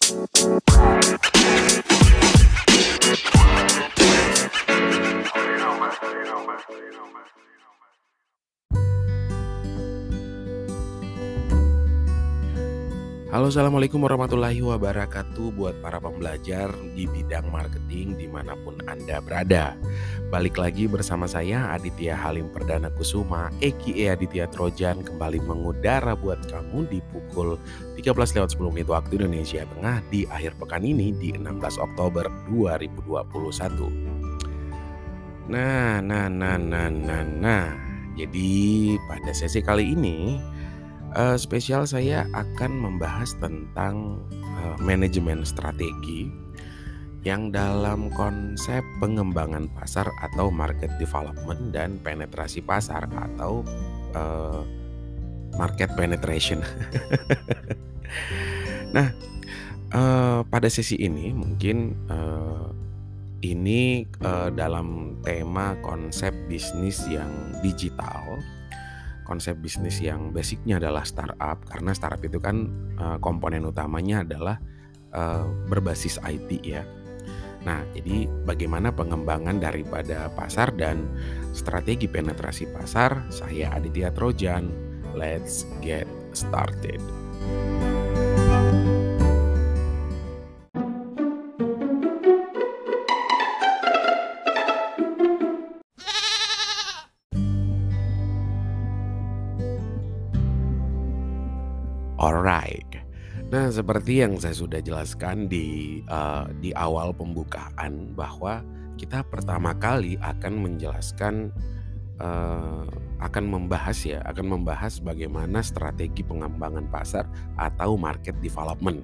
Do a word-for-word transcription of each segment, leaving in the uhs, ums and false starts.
Halo, assalamualaikum warahmatullahi wabarakatuh buat para pembelajar di bidang marketing dimanapun Anda berada. Balik lagi bersama saya Aditya Halim Perdana Kusuma, a k a. Aditya Trojan, kembali mengudara buat kamu di pukul tiga belas lewat sepuluh menit waktu Indonesia Tengah di akhir pekan ini di enam belas Oktober dua ribu dua puluh satu. Nah, nah, nah, nah, nah, nah. Jadi pada sesi kali ini Uh, spesial saya akan membahas tentang uh, manajemen strategi yang dalam konsep pengembangan pasar atau market development dan penetrasi pasar atau uh, market penetration. Nah, uh, pada sesi ini mungkin uh, ini uh, dalam tema konsep bisnis yang digital. Konsep bisnis yang basicnya adalah startup, karena startup itu kan uh, komponen utamanya adalah uh, berbasis I T ya. Nah, jadi bagaimana pengembangan daripada pasar dan strategi penetrasi pasar? Saya Aditya Trojan. Let's get started. Alright. Nah, seperti yang saya sudah jelaskan di uh, di awal pembukaan bahwa kita pertama kali akan menjelaskan uh, akan membahas ya, akan membahas bagaimana strategi pengembangan pasar atau market development.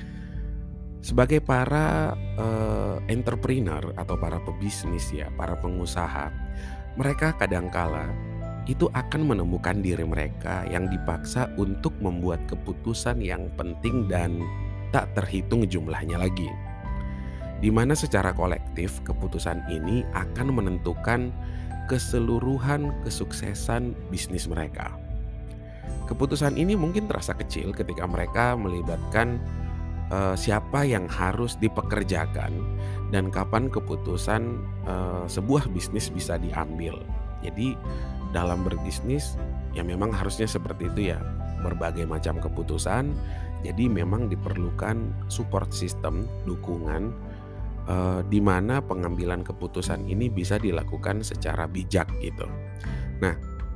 Sebagai para uh, entrepreneur atau para pebisnis ya, para pengusaha, mereka kadangkala itu akan menemukan diri mereka yang dipaksa untuk membuat keputusan yang penting dan tak terhitung jumlahnya lagi. Di mana secara kolektif keputusan ini akan menentukan keseluruhan kesuksesan bisnis mereka. Keputusan ini mungkin terasa kecil ketika mereka melibatkan uh, siapa yang harus dipekerjakan dan kapan keputusan uh, sebuah bisnis bisa diambil. Jadi dalam berbisnis ya memang harusnya seperti itu ya, berbagai macam keputusan. Jadi memang diperlukan support system, dukungan eh, di mana pengambilan keputusan ini bisa dilakukan secara bijak gitu. Nah,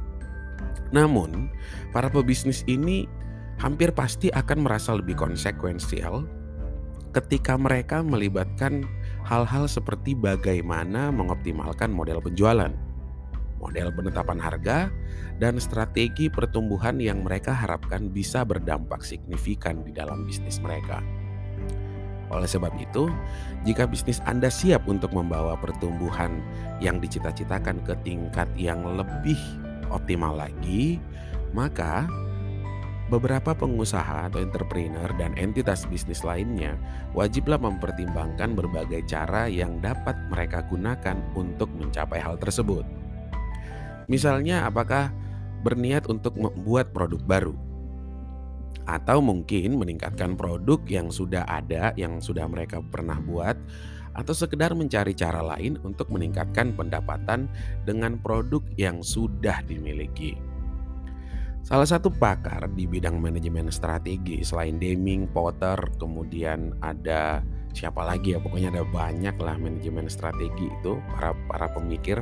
namun para pebisnis ini hampir pasti akan merasa lebih konsekuensial ketika mereka melibatkan hal-hal seperti bagaimana mengoptimalkan model penjualan, model penetapan harga, dan strategi pertumbuhan yang mereka harapkan bisa berdampak signifikan di dalam bisnis mereka. Oleh sebab itu, jika bisnis Anda siap untuk membawa pertumbuhan yang dicita-citakan ke tingkat yang lebih optimal lagi, maka beberapa pengusaha atau entrepreneur dan entitas bisnis lainnya wajiblah mempertimbangkan berbagai cara yang dapat mereka gunakan untuk mencapai hal tersebut. Misalnya, apakah berniat untuk membuat produk baru, atau mungkin meningkatkan produk yang sudah ada, yang sudah mereka pernah buat, atau sekedar mencari cara lain untuk meningkatkan pendapatan dengan produk yang sudah dimiliki. Salah satu pakar di bidang manajemen strategi selain Deming, Potter, kemudian ada siapa lagi ya, pokoknya ada banyak lah manajemen strategi itu, para para pemikir.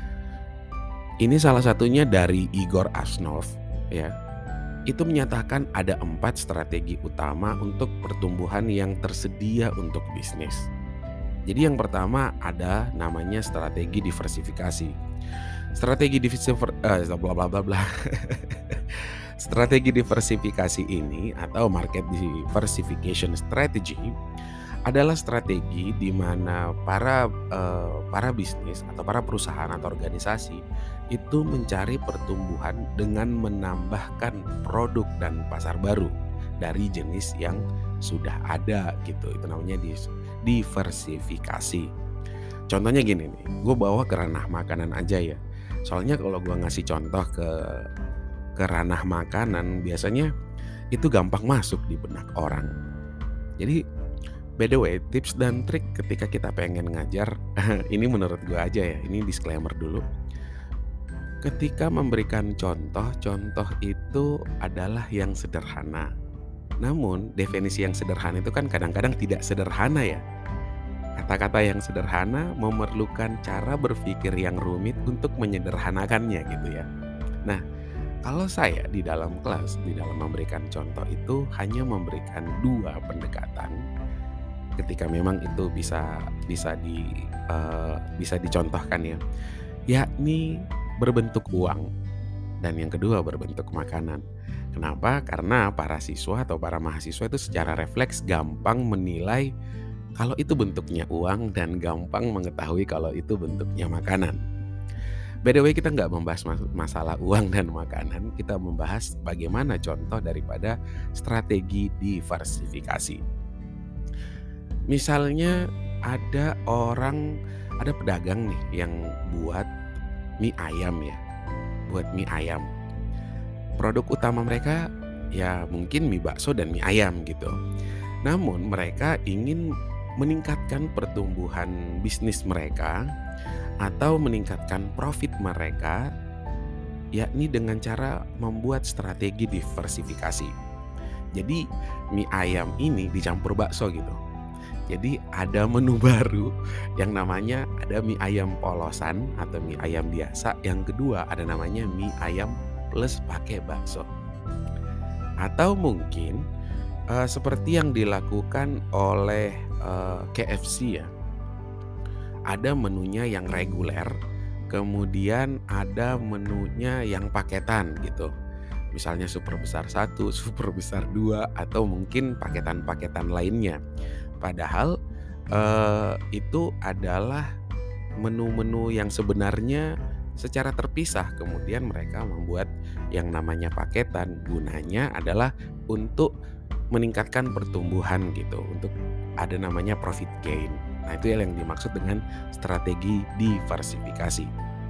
Ini salah satunya dari Igor Asnov ya. Itu menyatakan ada empat strategi utama untuk pertumbuhan yang tersedia untuk bisnis. Jadi yang pertama ada namanya strategi diversifikasi. Strategi diversifikasi eh, bla bla bla bla. Strategi diversifikasi ini atau market diversification strategy adalah strategi di mana para eh, para bisnis atau para perusahaan atau organisasi itu mencari pertumbuhan dengan menambahkan produk dan pasar baru dari jenis yang sudah ada gitu. Itu namanya diversifikasi. Contohnya gini nih, gue bawa ke ranah makanan aja ya. Soalnya kalau gue ngasih contoh ke ke ranah makanan biasanya itu gampang masuk di benak orang. Jadi By the way, tips dan trik ketika kita pengen ngajar, ini menurut gue aja ya, ini disclaimer dulu. Ketika memberikan contoh, contoh itu adalah yang sederhana. Namun, definisi yang sederhana itu kan kadang-kadang tidak sederhana ya. Kata-kata yang sederhana memerlukan cara berpikir yang rumit untuk menyederhanakannya gitu ya. Nah, kalau saya di dalam kelas, di dalam memberikan contoh itu hanya memberikan dua pendekatan ketika memang itu bisa bisa di eh, bisa dicontohkan ya, yakni berbentuk uang dan yang kedua berbentuk makanan. Kenapa? Karena para siswa atau para mahasiswa itu secara refleks gampang menilai kalau itu bentuknya uang dan gampang mengetahui kalau itu bentuknya makanan. By the way, kita nggak membahas mas- masalah uang dan makanan, kita membahas bagaimana contoh daripada strategi diversifikasi. Misalnya ada orang, ada pedagang nih yang buat mie ayam ya, buat mie ayam. Produk utama mereka ya mungkin mie bakso dan mie ayam gitu. Namun mereka ingin meningkatkan pertumbuhan bisnis mereka atau meningkatkan profit mereka, yakni dengan cara membuat strategi diversifikasi. Jadi mie ayam ini dicampur bakso gitu. Jadi ada menu baru yang namanya ada mie ayam polosan atau mie ayam biasa. Yang kedua ada namanya mie ayam plus pakai bakso. Atau mungkin uh, seperti yang dilakukan oleh uh, K F C ya. Ada menunya yang reguler, kemudian ada menunya yang paketan gitu. Misalnya super besar satu, super besar dua, atau mungkin paketan-paketan lainnya. Padahal eh, itu adalah menu-menu yang sebenarnya secara terpisah. Kemudian mereka membuat yang namanya paketan, gunanya adalah untuk meningkatkan pertumbuhan gitu, untuk ada namanya profit gain. Nah, itu yang dimaksud dengan strategi diversifikasi.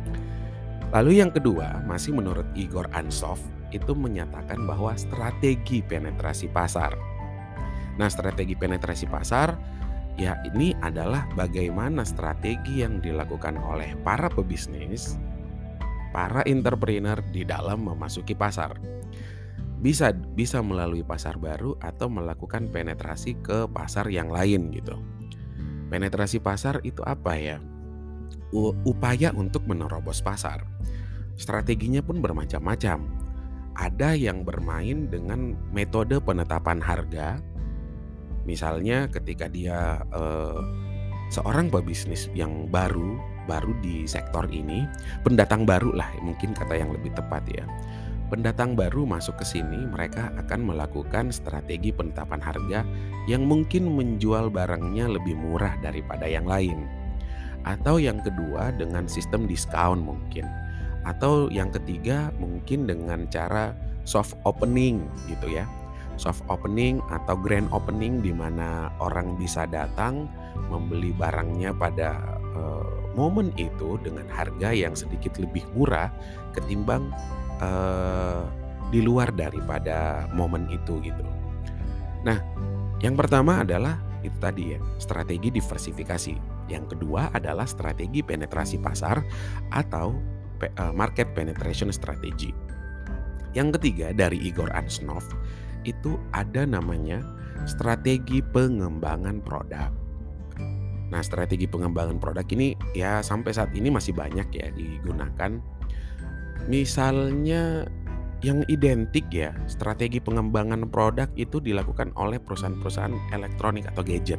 Lalu yang kedua, masih menurut Igor Ansoff, itu menyatakan bahwa strategi penetrasi pasar. Nah, strategi penetrasi pasar ya ini adalah bagaimana strategi yang dilakukan oleh para pebisnis, para entrepreneur di dalam memasuki pasar. Bisa bisa melalui pasar baru atau melakukan penetrasi ke pasar yang lain gitu. Penetrasi pasar itu apa ya? U- upaya untuk menerobos pasar. Strateginya pun bermacam-macam. Ada yang bermain dengan metode penetapan harga. Misalnya ketika dia eh, seorang pebisnis yang baru, baru di sektor ini, pendatang baru lah mungkin kata yang lebih tepat ya. Pendatang baru masuk ke sini, mereka akan melakukan strategi penetapan harga yang mungkin menjual barangnya lebih murah daripada yang lain. Atau yang kedua dengan sistem diskon mungkin. Atau yang ketiga mungkin dengan cara soft opening gitu ya. Soft opening atau grand opening di mana orang bisa datang membeli barangnya pada uh, momen itu dengan harga yang sedikit lebih murah ketimbang uh, di luar daripada momen itu gitu. Nah, yang pertama adalah itu tadi ya, strategi diversifikasi. Yang kedua adalah strategi penetrasi pasar atau uh, market penetration strategy. Yang ketiga dari Igor Ansoff itu ada namanya strategi pengembangan produk. Nah, strategi pengembangan produk ini ya sampai saat ini masih banyak ya digunakan. Misalnya yang identik ya, strategi pengembangan produk itu dilakukan oleh perusahaan-perusahaan elektronik atau gadget.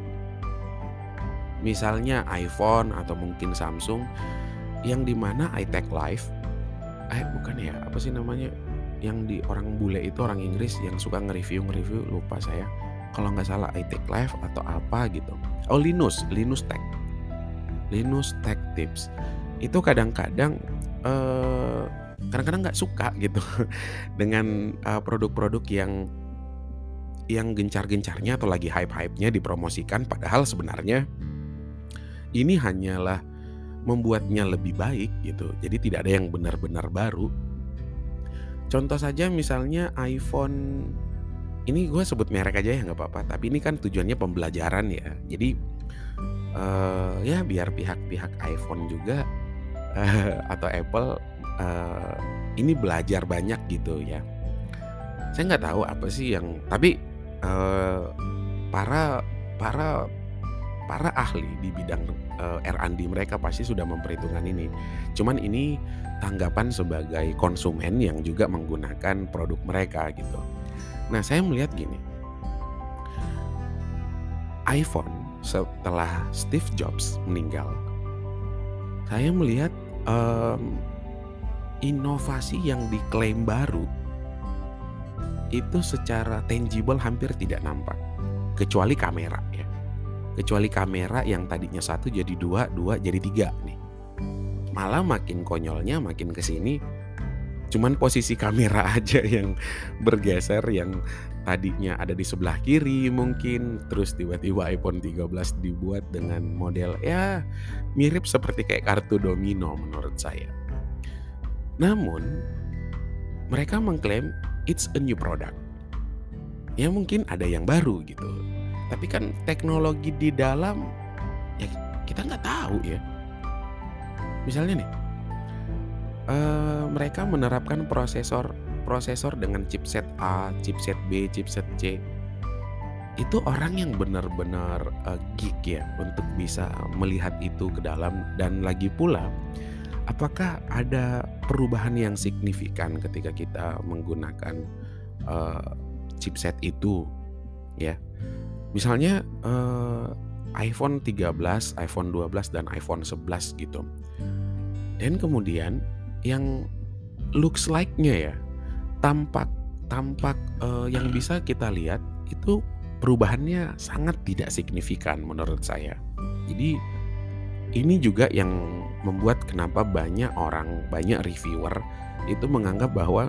Misalnya iPhone atau mungkin Samsung yang dimana iTech Live, eh bukan ya, apa sih namanya? Yang di orang bule itu orang Inggris yang suka nge-review nge-review lupa saya kalau nggak salah iTech Live atau apa gitu. Oh Linus, Linus Tech, Linus Tech Tips itu kadang-kadang eh, kadang-kadang nggak suka gitu dengan uh, produk-produk yang yang gencar-gencarnya atau lagi hype-hypenya dipromosikan, padahal sebenarnya ini hanyalah membuatnya lebih baik gitu. Jadi tidak ada yang benar-benar baru. Contoh saja misalnya iPhone ini gue sebut merek aja ya nggak apa-apa, tapi ini kan tujuannya pembelajaran ya. Jadi, eee, ya biar pihak-pihak iPhone juga, eee, atau Apple, eee, ini belajar banyak gitu ya. Saya nggak tahu apa sih yang tapi, eee, para para para ahli di bidang, eee, R and D mereka pasti sudah memperhitungkan ini. Cuman ini tanggapan sebagai konsumen yang juga menggunakan produk mereka gitu. Nah, saya melihat gini, iPhone setelah Steve Jobs meninggal, saya melihat, mmm, inovasi yang diklaim baru itu secara tangible hampir tidak nampak, kecuali kamera ya. Kecuali kamera yang tadinya satu jadi dua, dua jadi tiga nih. Malah makin konyolnya makin ke sini cuman posisi kamera aja yang bergeser, yang tadinya ada di sebelah kiri mungkin, terus tiba-tiba iPhone tiga belas dibuat dengan model ya mirip seperti kayak kartu domino menurut saya. Namun mereka mengklaim it's a new product. Ya mungkin ada yang baru gitu. Tapi kan teknologi di dalam ya kita nggak tahu ya. Misalnya nih, eee, mereka menerapkan prosesor prosesor dengan chipset A, chipset B, chipset C. Itu orang yang benar-benar, eee, geek ya untuk bisa melihat itu ke dalam, dan lagi pula apakah ada perubahan yang signifikan ketika kita menggunakan, eee, chipset itu ya. Misalnya, eee, iPhone tiga belas, iPhone dua belas, dan iPhone sebelas gitu. Dan kemudian yang looks like-nya ya, tampak tampak, eee, yang bisa kita lihat itu perubahannya sangat tidak signifikan menurut saya. Jadi ini juga yang membuat kenapa banyak orang, banyak reviewer itu menganggap bahwa,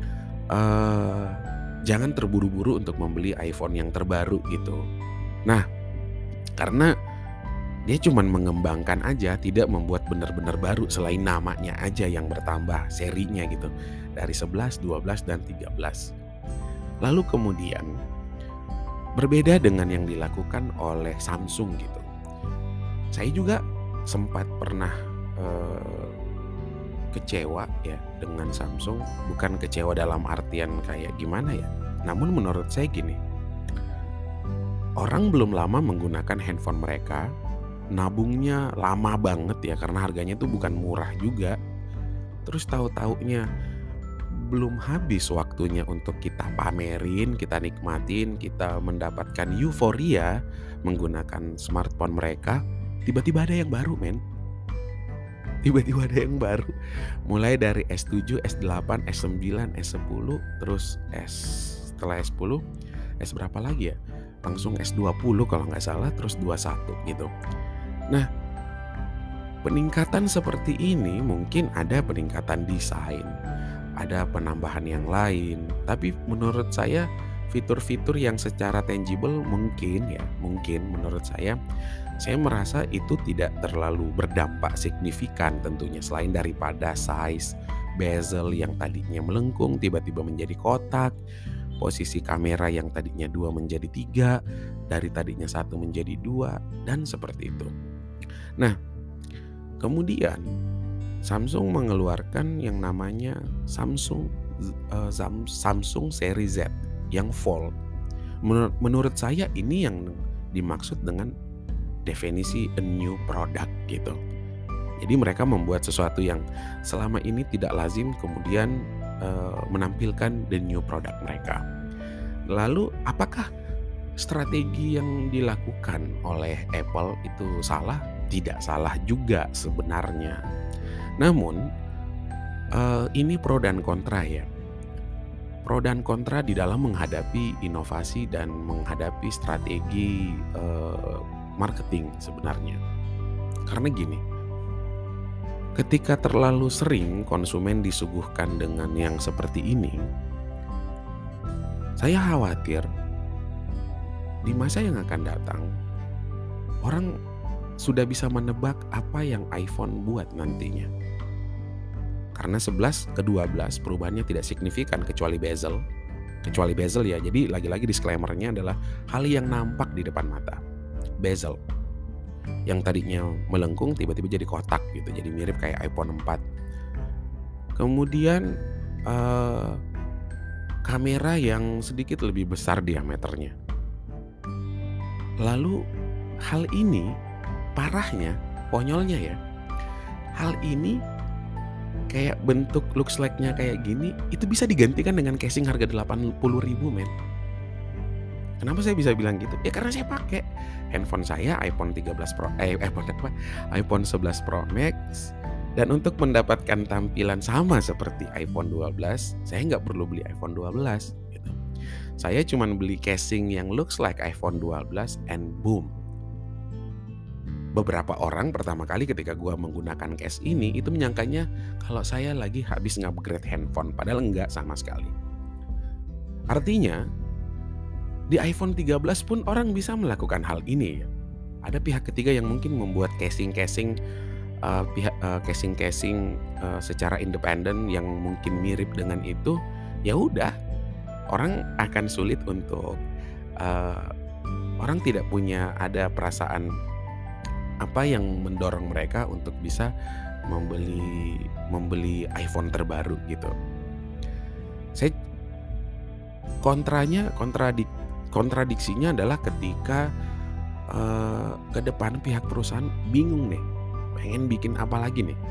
eee, jangan terburu-buru untuk membeli iPhone yang terbaru gitu. Nah, karena dia cuman mengembangkan aja, tidak membuat benar-benar baru selain namanya aja yang bertambah serinya gitu. Dari sebelas, dua belas, dan tiga belas. Lalu kemudian berbeda dengan yang dilakukan oleh Samsung gitu. Saya juga sempat pernah eh, kecewa ya dengan Samsung, bukan kecewa dalam artian kayak gimana ya. Namun menurut saya gini, orang belum lama menggunakan handphone mereka, nabungnya lama banget ya karena harganya tuh bukan murah juga. Terus tahu-taunya belum habis waktunya untuk kita pamerin, kita nikmatin, kita mendapatkan euforia menggunakan smartphone mereka, tiba-tiba ada yang baru men. Tiba-tiba ada yang baru. Mulai dari S tujuh, S delapan, S sembilan, S sepuluh, terus S setelah S sepuluh, S berapa lagi ya? Langsung S dua puluh kalau nggak salah, terus dua puluh satu gitu. Nah, peningkatan seperti ini mungkin ada peningkatan desain, ada penambahan yang lain, tapi menurut saya fitur-fitur yang secara tangible mungkin ya, mungkin menurut saya, saya merasa itu tidak terlalu berdampak signifikan tentunya, selain daripada size, bezel yang tadinya melengkung tiba-tiba menjadi kotak, posisi kamera yang tadinya dua menjadi tiga, dari tadinya satu menjadi dua, dan seperti itu. Nah, kemudian Samsung mengeluarkan yang namanya Samsung uh, Samsung seri Z yang Fold. Menur- menurut saya ini yang dimaksud dengan definisi a new product gitu. Jadi mereka membuat sesuatu yang selama ini tidak lazim, kemudian uh, menampilkan the new product mereka. Lalu apakah strategi yang dilakukan oleh Apple itu salah? Tidak salah juga sebenarnya. Namun uh, ini pro dan kontra ya. Pro dan kontra di dalam menghadapi inovasi dan menghadapi strategi uh, marketing sebenarnya. Karena gini, ketika terlalu sering konsumen disuguhkan dengan yang seperti ini, saya khawatir di masa yang akan datang orang sudah bisa menebak apa yang iPhone buat nantinya. Karena sebelas ke dua belas perubahannya tidak signifikan kecuali bezel. kecuali bezel ya. Jadi lagi-lagi disclaimer-nya adalah hal yang nampak di depan mata. Bezel yang tadinya melengkung tiba-tiba jadi kotak gitu, jadi mirip kayak iPhone empat. Kemudian uh, kamera yang sedikit lebih besar diameternya. Lalu hal ini parahnya, konyolnya ya, hal ini kayak bentuk looks like-nya kayak gini, itu bisa digantikan dengan casing harga delapan puluh ribu men. Kenapa saya bisa bilang gitu? Ya karena saya pakai handphone saya iPhone tiga belas Pro, eh iPhone apa? iPhone sebelas Pro Max, dan untuk mendapatkan tampilan sama seperti iPhone dua belas, saya nggak perlu beli iPhone dua belas. Gitu. Saya cuma beli casing yang looks like iPhone dua belas and boom. Beberapa orang pertama kali ketika gua menggunakan case ini itu menyangkanya kalau saya lagi habis ngupgrade handphone, padahal enggak sama sekali. Artinya di iPhone tiga belas pun orang bisa melakukan hal ini ya. Ada pihak ketiga yang mungkin membuat casing-casing uh, pihak uh, casing-casing uh, secara independen yang mungkin mirip dengan itu. Ya udah, orang akan sulit untuk uh, orang tidak punya ada perasaan apa yang mendorong mereka untuk bisa membeli membeli iPhone terbaru gitu. Saya kontranya kontradik kontradiksinya adalah ketika uh, ke depan pihak perusahaan bingung nih, pengen bikin apa lagi nih.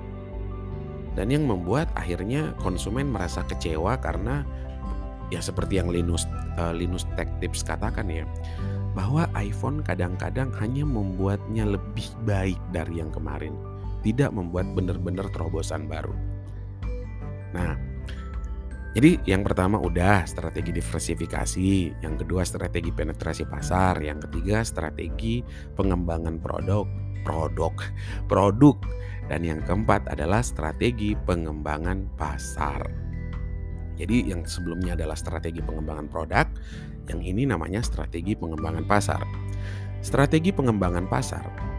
Dan yang membuat akhirnya konsumen merasa kecewa karena ya seperti yang Linus uh, Linus Tech Tips katakan ya, bahwa iPhone kadang-kadang hanya membuatnya lebih baik dari yang kemarin, tidak membuat benar-benar terobosan baru. Nah, jadi yang pertama udah strategi diversifikasi, yang kedua strategi penetrasi pasar, yang ketiga strategi pengembangan produk, produk, produk, dan yang keempat adalah strategi pengembangan pasar. Jadi yang sebelumnya adalah strategi pengembangan produk, yang ini namanya strategi pengembangan pasar. Strategi pengembangan pasar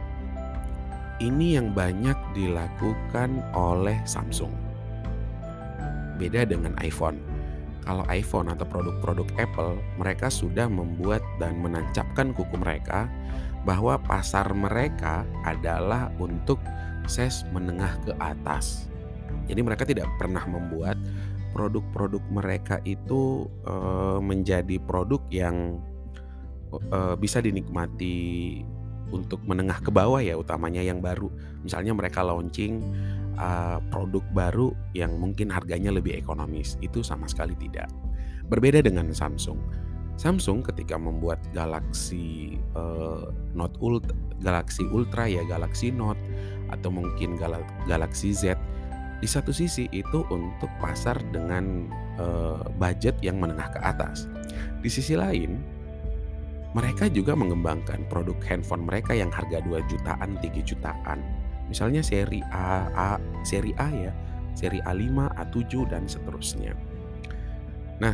ini yang banyak dilakukan oleh Samsung. Beda dengan iPhone. Kalau iPhone atau produk-produk Apple, mereka sudah membuat dan menancapkan kuku mereka bahwa pasar mereka adalah untuk ses menengah ke atas. Jadi mereka tidak pernah membuat produk-produk mereka itu e, menjadi produk yang e, bisa dinikmati untuk menengah ke bawah ya, utamanya yang baru. Misalnya mereka launching Uh, produk baru yang mungkin harganya lebih ekonomis, itu sama sekali tidak. Berbeda dengan Samsung. Samsung ketika membuat Galaxy uh, Note Ultra, Galaxy Ultra ya, Galaxy Note atau mungkin Gal- Galaxy Z, di satu sisi itu untuk pasar dengan uh, budget yang menengah ke atas. Di sisi lain, mereka juga mengembangkan produk handphone mereka yang harga dua jutaan, tiga jutaan. Misalnya seri A, A, seri A ya, seri A lima, A tujuh dan seterusnya. Nah,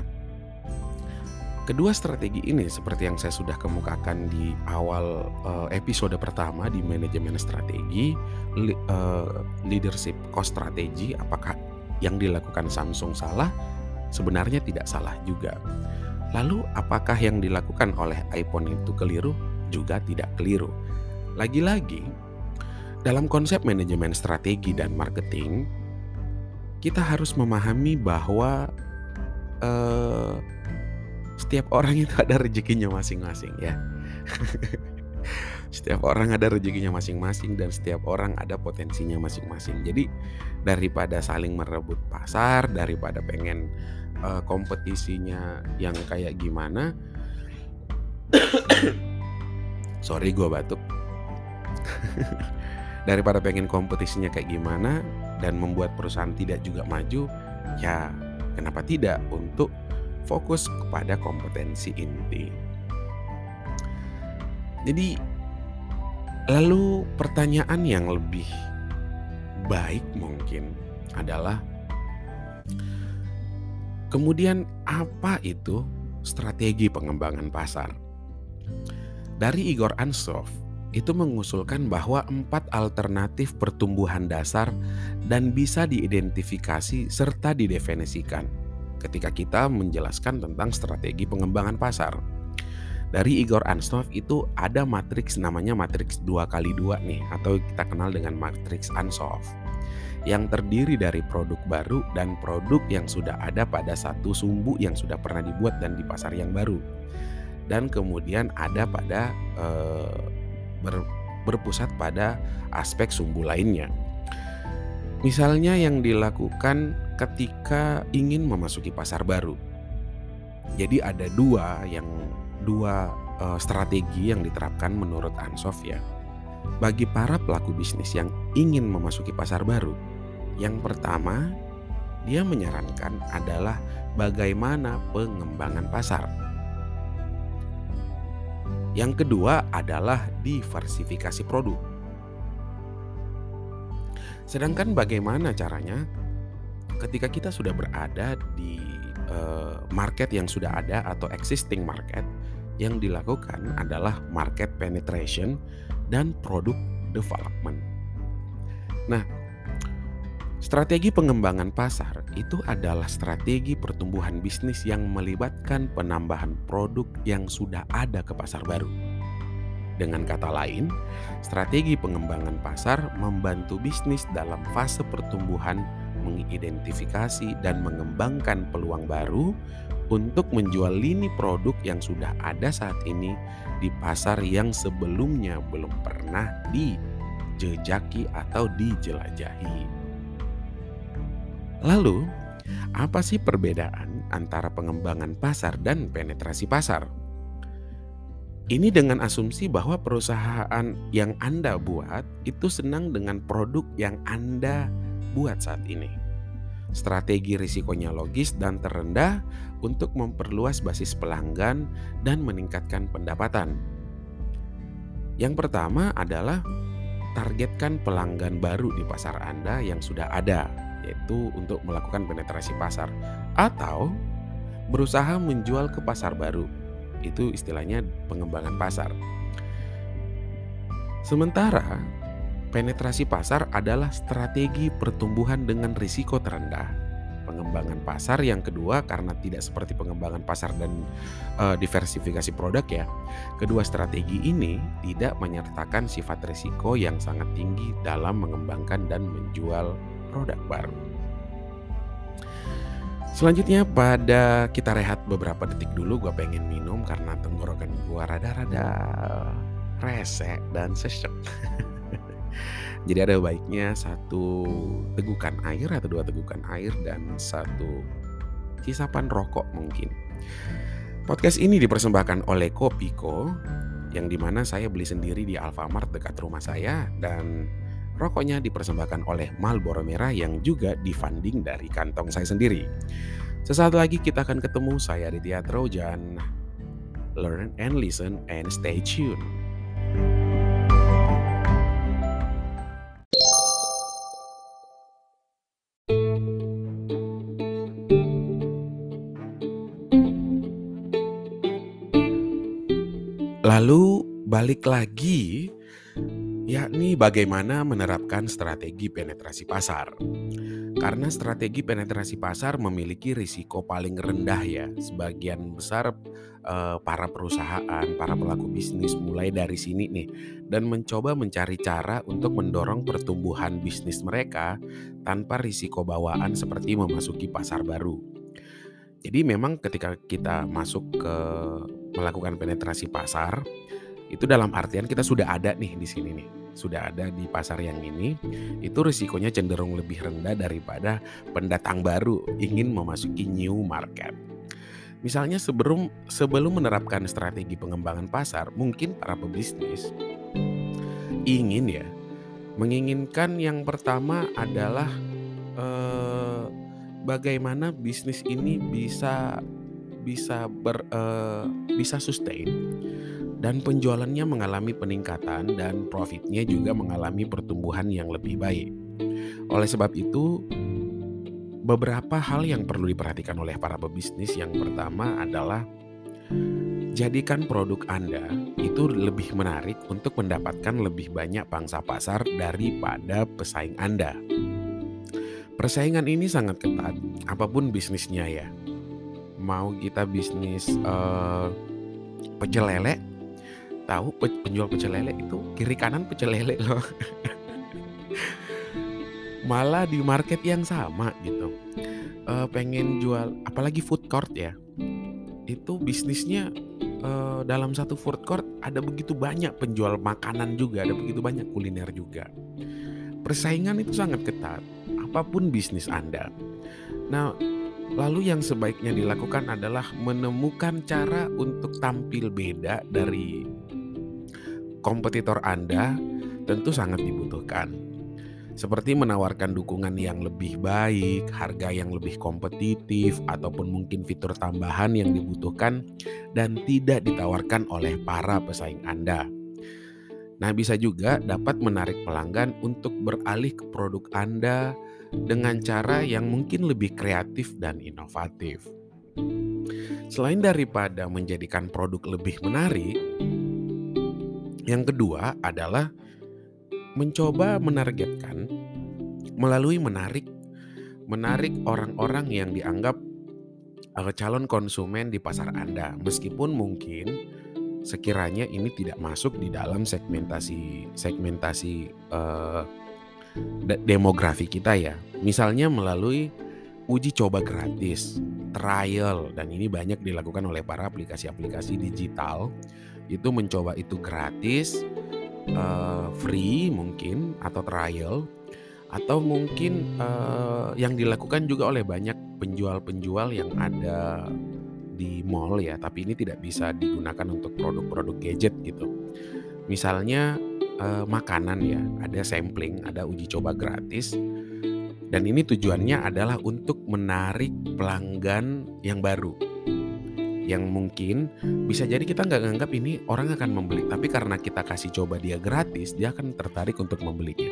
kedua strategi ini seperti yang saya sudah kemukakan di awal uh, episode pertama di manajemen strategi, li, uh, leadership cost strategy, apakah yang dilakukan Samsung salah? Sebenarnya tidak salah juga. Lalu apakah yang dilakukan oleh iPhone itu keliru? Juga tidak keliru. Lagi-lagi dalam konsep manajemen strategi dan marketing, kita harus memahami bahwa eh, setiap orang itu ada rezekinya masing-masing ya. Setiap orang ada rezekinya masing-masing dan setiap orang ada potensinya masing-masing. Jadi daripada saling merebut pasar, daripada pengen eh, kompetisinya yang kayak gimana, sorry gue batuk. Daripada pengen kompetisinya kayak gimana dan membuat perusahaan tidak juga maju, ya kenapa tidak untuk fokus kepada kompetensi inti. Jadi lalu pertanyaan yang lebih baik mungkin adalah, kemudian apa itu strategi pengembangan pasar? Dari Igor Ansoff itu mengusulkan bahwa empat alternatif pertumbuhan dasar dan bisa diidentifikasi serta didefinisikan. ketika kita menjelaskan tentang strategi pengembangan pasar. Dari Igor Ansoff itu ada matriks namanya matriks dua kali dua nih, atau kita kenal dengan matriks Ansoff, yang terdiri dari produk baru dan produk yang sudah ada pada satu sumbu yang sudah pernah dibuat dan di pasar yang baru. Dan kemudian ada pada eh, ber, berpusat pada aspek sumbu lainnya. Misalnya yang dilakukan ketika ingin memasuki pasar baru. Jadi ada dua yang dua uh, strategi yang diterapkan menurut Ansoff ya. Bagi para pelaku bisnis yang ingin memasuki pasar baru, yang pertama dia menyarankan adalah bagaimana pengembangan pasar. Yang kedua adalah diversifikasi produk. Sedangkan bagaimana caranya ketika kita sudah berada di uh, market yang sudah ada atau existing market, yang dilakukan adalah market penetration dan product development. Nah, strategi pengembangan pasar itu adalah strategi pertumbuhan bisnis yang melibatkan penambahan produk yang sudah ada ke pasar baru. Dengan kata lain, strategi pengembangan pasar membantu bisnis dalam fase pertumbuhan mengidentifikasi dan mengembangkan peluang baru untuk menjual lini produk yang sudah ada saat ini di pasar yang sebelumnya belum pernah dijejaki atau dijelajahi. Lalu, apa sih perbedaan antara pengembangan pasar dan penetrasi pasar? Ini dengan asumsi bahwa perusahaan yang Anda buat itu senang dengan produk yang Anda buat saat ini. Strategi risikonya logis dan terendah untuk memperluas basis pelanggan dan meningkatkan pendapatan. Yang pertama adalah targetkan pelanggan baru di pasar Anda yang sudah ada, yaitu untuk melakukan penetrasi pasar, atau berusaha menjual ke pasar baru. Itu istilahnya pengembangan pasar. Sementara penetrasi pasar adalah strategi pertumbuhan dengan risiko terendah. Pengembangan pasar yang kedua, karena tidak seperti pengembangan pasar dan e, diversifikasi produk ya. Kedua strategi ini tidak menyertakan sifat risiko yang sangat tinggi dalam mengembangkan dan menjual produk baru. Selanjutnya pada kita rehat beberapa detik dulu, gue pengen minum karena tenggorokan gue rada-rada rese dan sesek. Jadi ada baiknya satu tegukan air atau dua tegukan air dan satu hisapan rokok mungkin. Podcast ini dipersembahkan oleh Kopiko, yang dimana saya beli sendiri di Alfamart dekat rumah saya, dan rokoknya dipersembahkan oleh Marlboro Merah yang juga difunding dari kantong saya sendiri. Sesaat lagi kita akan ketemu, saya Aditya Trojan. Learn and listen and stay tuned. Lalu balik lagi, yakni bagaimana menerapkan strategi penetrasi pasar. Karena strategi penetrasi pasar memiliki risiko paling rendah ya. Sebagian besar eh, para perusahaan, para pelaku bisnis mulai dari sini nih, dan mencoba mencari cara untuk mendorong pertumbuhan bisnis mereka tanpa risiko bawaan seperti memasuki pasar baru. Jadi memang ketika kita masuk ke melakukan penetrasi pasar, itu dalam artian kita sudah ada nih di sini nih, sudah ada di pasar yang ini, itu risikonya cenderung lebih rendah daripada pendatang baru ingin memasuki new market. Misalnya sebelum sebelum menerapkan strategi pengembangan pasar, mungkin para pebisnis ingin ya, menginginkan yang pertama adalah eh, bagaimana bisnis ini bisa bisa ber eh, bisa sustain dan penjualannya mengalami peningkatan dan profitnya juga mengalami pertumbuhan yang lebih baik. Oleh sebab itu, beberapa hal yang perlu diperhatikan oleh para pebisnis. Yang pertama adalah jadikan produk Anda itu lebih menarik untuk mendapatkan lebih banyak pangsa pasar daripada pesaing Anda. Persaingan ini sangat ketat, apapun bisnisnya ya. mau kita bisnis, eee, pecel lele, tahu pe penjual pecel lele itu kiri kanan pecel lele loh. Malah di market yang sama gitu, eee, pengen jual apalagi food court ya, itu bisnisnya, eee, dalam satu food court ada begitu banyak penjual makanan juga, ada begitu banyak kuliner juga. Persaingan itu sangat ketat, apapun bisnis Anda. Nah, lalu yang sebaiknya dilakukan adalah menemukan cara untuk tampil beda dari kompetitor Anda tentu sangat dibutuhkan. Seperti menawarkan dukungan yang lebih baik, harga yang lebih kompetitif, ataupun mungkin fitur tambahan yang dibutuhkan dan tidak ditawarkan oleh para pesaing Anda. Nah, bisa juga dapat menarik pelanggan untuk beralih ke produk Anda dengan cara yang mungkin lebih kreatif dan inovatif. Selain daripada menjadikan produk lebih menarik, yang kedua adalah mencoba menargetkan melalui menarik menarik orang-orang yang dianggap uh, calon konsumen di pasar Anda, meskipun mungkin sekiranya ini tidak masuk di dalam segmentasi segmentasi uh, de- demografi kita ya. Misalnya melalui uji coba gratis, trial, dan ini banyak dilakukan oleh para aplikasi-aplikasi digital. Itu mencoba itu gratis, uh, free mungkin atau trial, atau mungkin uh, yang dilakukan juga oleh banyak penjual-penjual yang ada di mall ya, tapi ini tidak bisa digunakan untuk produk-produk gadget gitu. Misalnya eh, makanan ya, ada sampling, ada uji coba gratis, dan ini tujuannya adalah untuk menarik pelanggan yang baru, yang mungkin bisa jadi kita nggak nganggap ini orang akan membeli, tapi karena kita kasih coba dia gratis, dia akan tertarik untuk membelinya.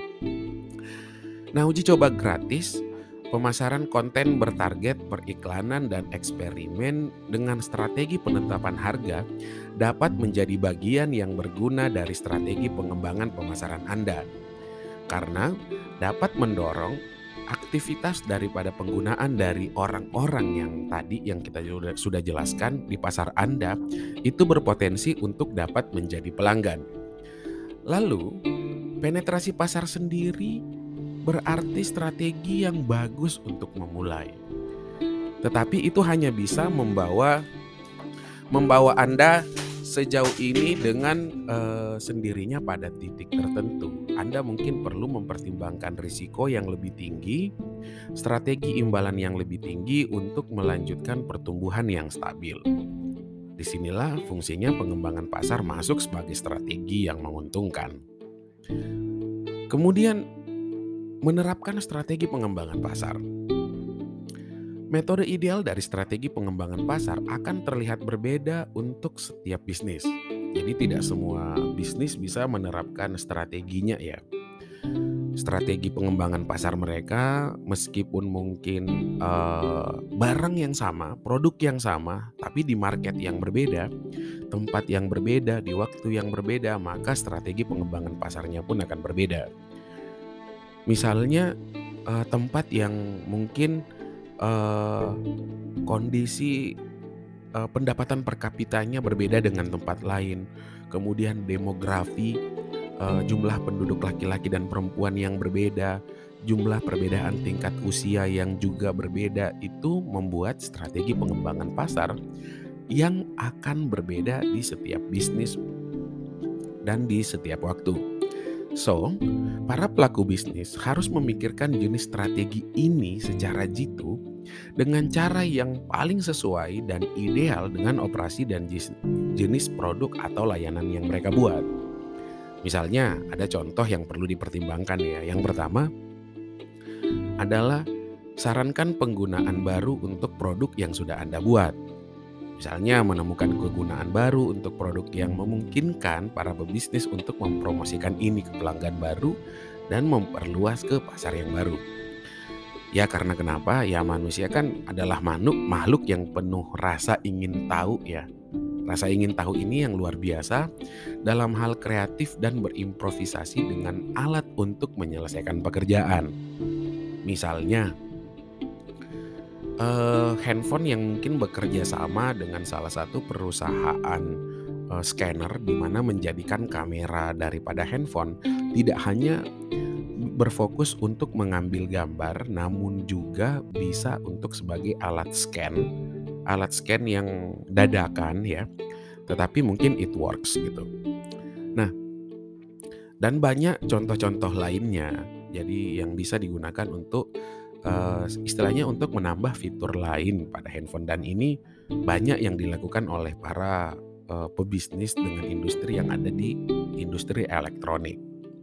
Nah, uji coba gratis, pemasaran konten bertarget periklanan dan eksperimen dengan strategi penetapan harga dapat menjadi bagian yang berguna dari strategi pengembangan pemasaran Anda, karena dapat mendorong aktivitas daripada penggunaan dari orang-orang yang tadi yang kita sudah, sudah jelaskan di pasar Anda itu berpotensi untuk dapat menjadi pelanggan. Lalu, penetrasi pasar sendiri berarti strategi yang bagus untuk memulai. Tetapi itu hanya bisa membawa membawa Anda sejauh ini dengan uh, sendirinya pada titik tertentu. Anda mungkin perlu mempertimbangkan risiko yang lebih tinggi, strategi imbalan yang lebih tinggi untuk melanjutkan pertumbuhan yang stabil. Disinilah fungsinya pengembangan pasar masuk sebagai strategi yang menguntungkan. Kemudian, menerapkan strategi pengembangan pasar. Metode ideal dari strategi pengembangan pasar akan terlihat berbeda untuk setiap bisnis. Jadi tidak semua bisnis bisa menerapkan strateginya ya. Strategi pengembangan pasar mereka meskipun mungkin uh, barang yang sama, produk yang sama, tapi di market yang berbeda, tempat yang berbeda, di waktu yang berbeda, maka strategi pengembangan pasarnya pun akan berbeda. Misalnya uh, tempat yang mungkin uh, kondisi uh, pendapatan per kapitanya berbeda dengan tempat lain, kemudian demografi, uh, jumlah penduduk laki-laki dan perempuan yang berbeda, jumlah perbedaan tingkat usia yang juga berbeda, itu membuat strategi pengembangan pasar yang akan berbeda di setiap bisnis dan di setiap waktu. So, para pelaku bisnis harus memikirkan jenis strategi ini secara jitu dengan cara yang paling sesuai dan ideal dengan operasi dan jenis produk atau layanan yang mereka buat. Misalnya, ada contoh yang perlu dipertimbangkan ya. Yang pertama adalah sarankan penggunaan baru untuk produk yang sudah Anda buat. Misalnya menemukan kegunaan baru untuk produk yang memungkinkan para pebisnis untuk mempromosikan ini ke pelanggan baru dan memperluas ke pasar yang baru. Ya karena kenapa? Ya manusia kan adalah makhluk makhluk yang penuh rasa ingin tahu ya. Rasa ingin tahu ini yang luar biasa dalam hal kreatif dan berimprovisasi dengan alat untuk menyelesaikan pekerjaan. Misalnya Eee, handphone yang mungkin bekerja sama dengan salah satu perusahaan, eee, scanner di mana menjadikan kamera daripada handphone tidak hanya berfokus untuk mengambil gambar, namun juga bisa untuk sebagai alat scan, alat scan yang dadakan ya, tetapi mungkin it works gitu. Nah, dan banyak contoh-contoh lainnya, jadi yang bisa digunakan untuk, eee, istilahnya untuk menambah fitur lain pada handphone dan ini banyak yang dilakukan oleh para, eee, pebisnis dengan industri yang ada di industri elektronik.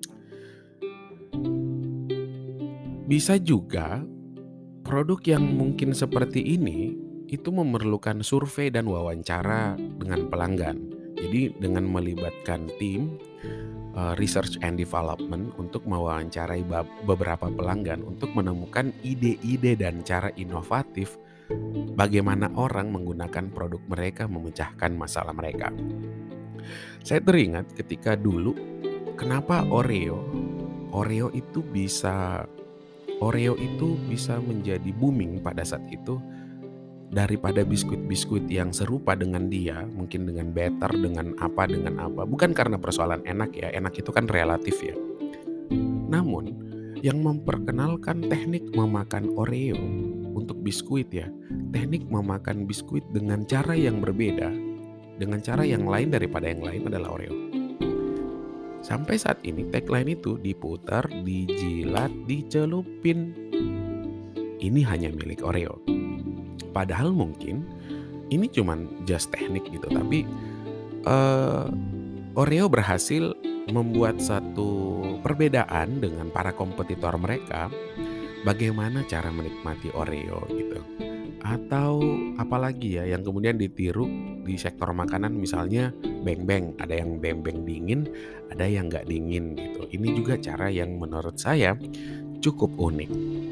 Bisa juga produk yang mungkin seperti ini, itu memerlukan survei dan wawancara dengan pelanggan. Jadi dengan melibatkan tim, eee, research and development untuk mewawancarai bab beberapa pelanggan untuk menemukan ide-ide dan cara inovatif bagaimana orang menggunakan produk mereka memecahkan masalah mereka. Saya teringat ketika dulu kenapa Oreo, Oreo itu bisa Oreo itu bisa menjadi booming pada saat itu daripada biskuit-biskuit yang serupa dengan dia, mungkin dengan better, dengan apa, dengan apa. Bukan karena persoalan enak ya, enak itu kan relatif ya. Namun, yang memperkenalkan teknik memakan Oreo untuk biskuit ya, teknik memakan biskuit dengan cara yang berbeda, dengan cara yang lain daripada yang lain adalah Oreo. Sampai saat ini tagline itu diputar, dijilat, dicelupin. Ini hanya milik Oreo. Padahal mungkin ini cuman just teknik gitu, tapi uh, Oreo berhasil membuat satu perbedaan dengan para kompetitor mereka. Bagaimana cara menikmati Oreo gitu? Atau apalagi ya yang kemudian ditiru di sektor makanan, misalnya beng-beng, ada yang beng-beng dingin, ada yang nggak dingin gitu. Ini juga cara yang menurut saya cukup unik.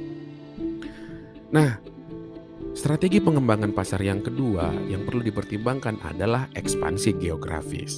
Nah, strategi pengembangan pasar yang kedua yang perlu dipertimbangkan adalah ekspansi geografis.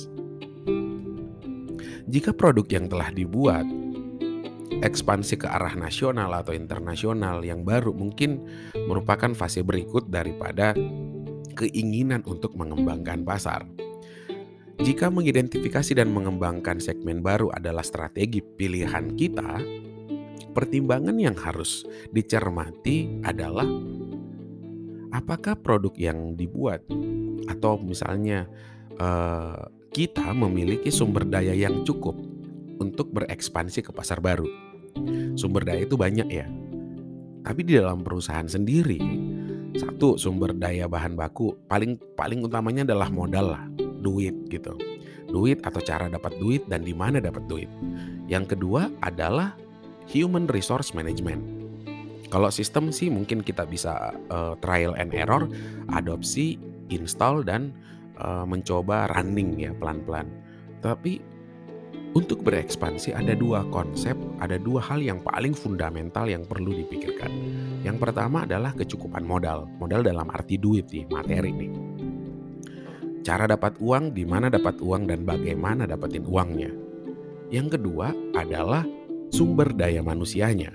Jika produk yang telah dibuat ekspansi ke arah nasional atau internasional yang baru mungkin merupakan fase berikut daripada keinginan untuk mengembangkan pasar. Jika mengidentifikasi dan mengembangkan segmen baru adalah strategi pilihan kita, pertimbangan yang harus dicermati adalah apakah produk yang dibuat atau misalnya eh, kita memiliki sumber daya yang cukup untuk berekspansi ke pasar baru. Sumber daya itu banyak ya. Tapi di dalam perusahaan sendiri, satu sumber daya bahan baku paling paling utamanya adalah modal lah, duit gitu. Duit atau cara dapat duit dan di mana dapat duit. Yang kedua adalah human resource management. Kalau sistem sih mungkin kita bisa uh, trial and error, adopsi, install dan uh, mencoba running ya pelan-pelan. Tapi untuk berekspansi ada dua konsep, ada dua hal yang paling fundamental yang perlu dipikirkan. Yang pertama adalah kecukupan modal, modal dalam arti duit nih, materi nih. Cara dapat uang, di mana dapat uang dan bagaimana dapetin uangnya. Yang kedua adalah sumber daya manusianya.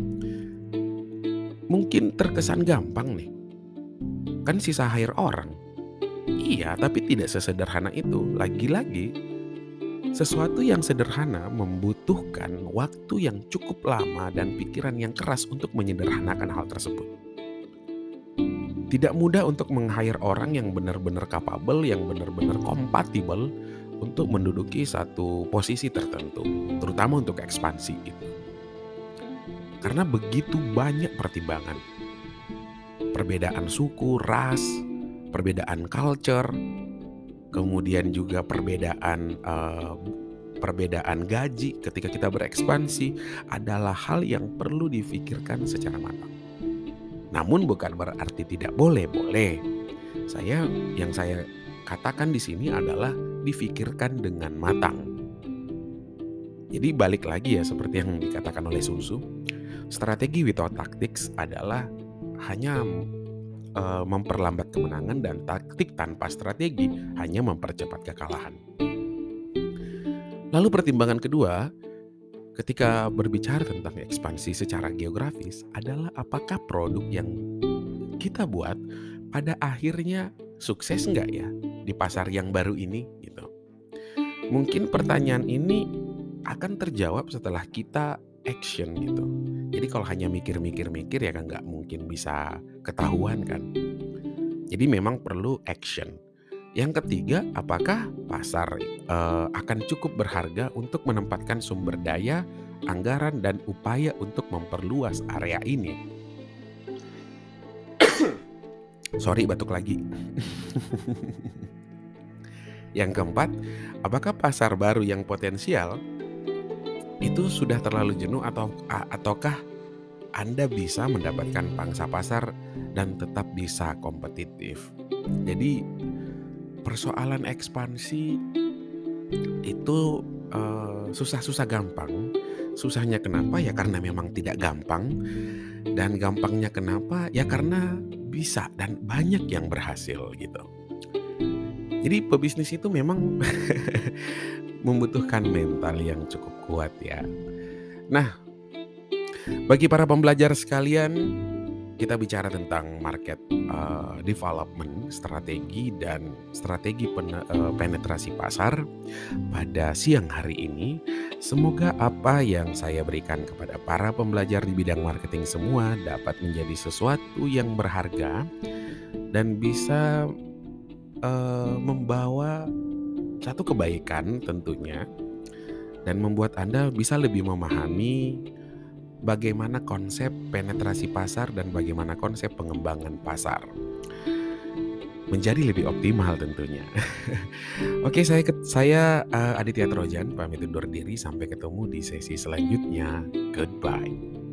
Mungkin terkesan gampang nih, kan sisa hire orang. Iya, tapi tidak sesederhana itu. Lagi-lagi, sesuatu yang sederhana membutuhkan waktu yang cukup lama dan pikiran yang keras untuk menyederhanakan hal tersebut. Tidak mudah untuk meng-hire orang yang benar-benar capable, yang benar-benar kompatibel untuk menduduki satu posisi tertentu, terutama untuk ekspansi itu. Karena begitu banyak pertimbangan. Perbedaan suku, ras, perbedaan culture, kemudian juga perbedaan uh, perbedaan gaji ketika kita berekspansi adalah hal yang perlu difikirkan secara matang. Namun bukan berarti tidak boleh, boleh. Saya yang saya katakan di sini adalah difikirkan dengan matang. Jadi balik lagi ya seperti yang dikatakan oleh Sun Tzu, strategi without tactics adalah hanya uh, memperlambat kemenangan dan taktik tanpa strategi hanya mempercepat kekalahan. Lalu pertimbangan kedua ketika berbicara tentang ekspansi secara geografis adalah apakah produk yang kita buat pada akhirnya sukses nggak ya di pasar yang baru ini gitu. Mungkin pertanyaan ini akan terjawab setelah kita action gitu. Jadi kalau hanya mikir-mikir-mikir ya kan nggak mungkin bisa ketahuan kan. Jadi memang perlu action. Yang ketiga, apakah pasar eh, akan cukup berharga untuk menempatkan sumber daya, anggaran, dan upaya untuk memperluas area ini? Sorry, batuk lagi. Yang keempat, apakah pasar baru yang potensial itu sudah terlalu jenuh atau a- ataukah Anda bisa mendapatkan pangsa pasar dan tetap bisa kompetitif? Jadi persoalan ekspansi itu eh, susah-susah gampang. Susahnya kenapa? Ya karena memang tidak gampang. Dan gampangnya kenapa? Ya karena bisa dan banyak yang berhasil gitu. Jadi pebisnis itu memang membutuhkan mental yang cukup kuat ya. Nah, bagi para pembelajar sekalian, kita bicara tentang market uh, development, strategi dan strategi pen- uh, penetrasi pasar pada siang hari ini. Semoga apa yang saya berikan kepada para pembelajar di bidang marketing semua dapat menjadi sesuatu yang berharga dan bisa uh, membawa satu kebaikan tentunya dan membuat Anda bisa lebih memahami bagaimana konsep penetrasi pasar dan bagaimana konsep pengembangan pasar menjadi lebih optimal tentunya. Oke, saya saya uh, Aditya Trojan pamit undur diri, sampai ketemu di sesi selanjutnya. Goodbye.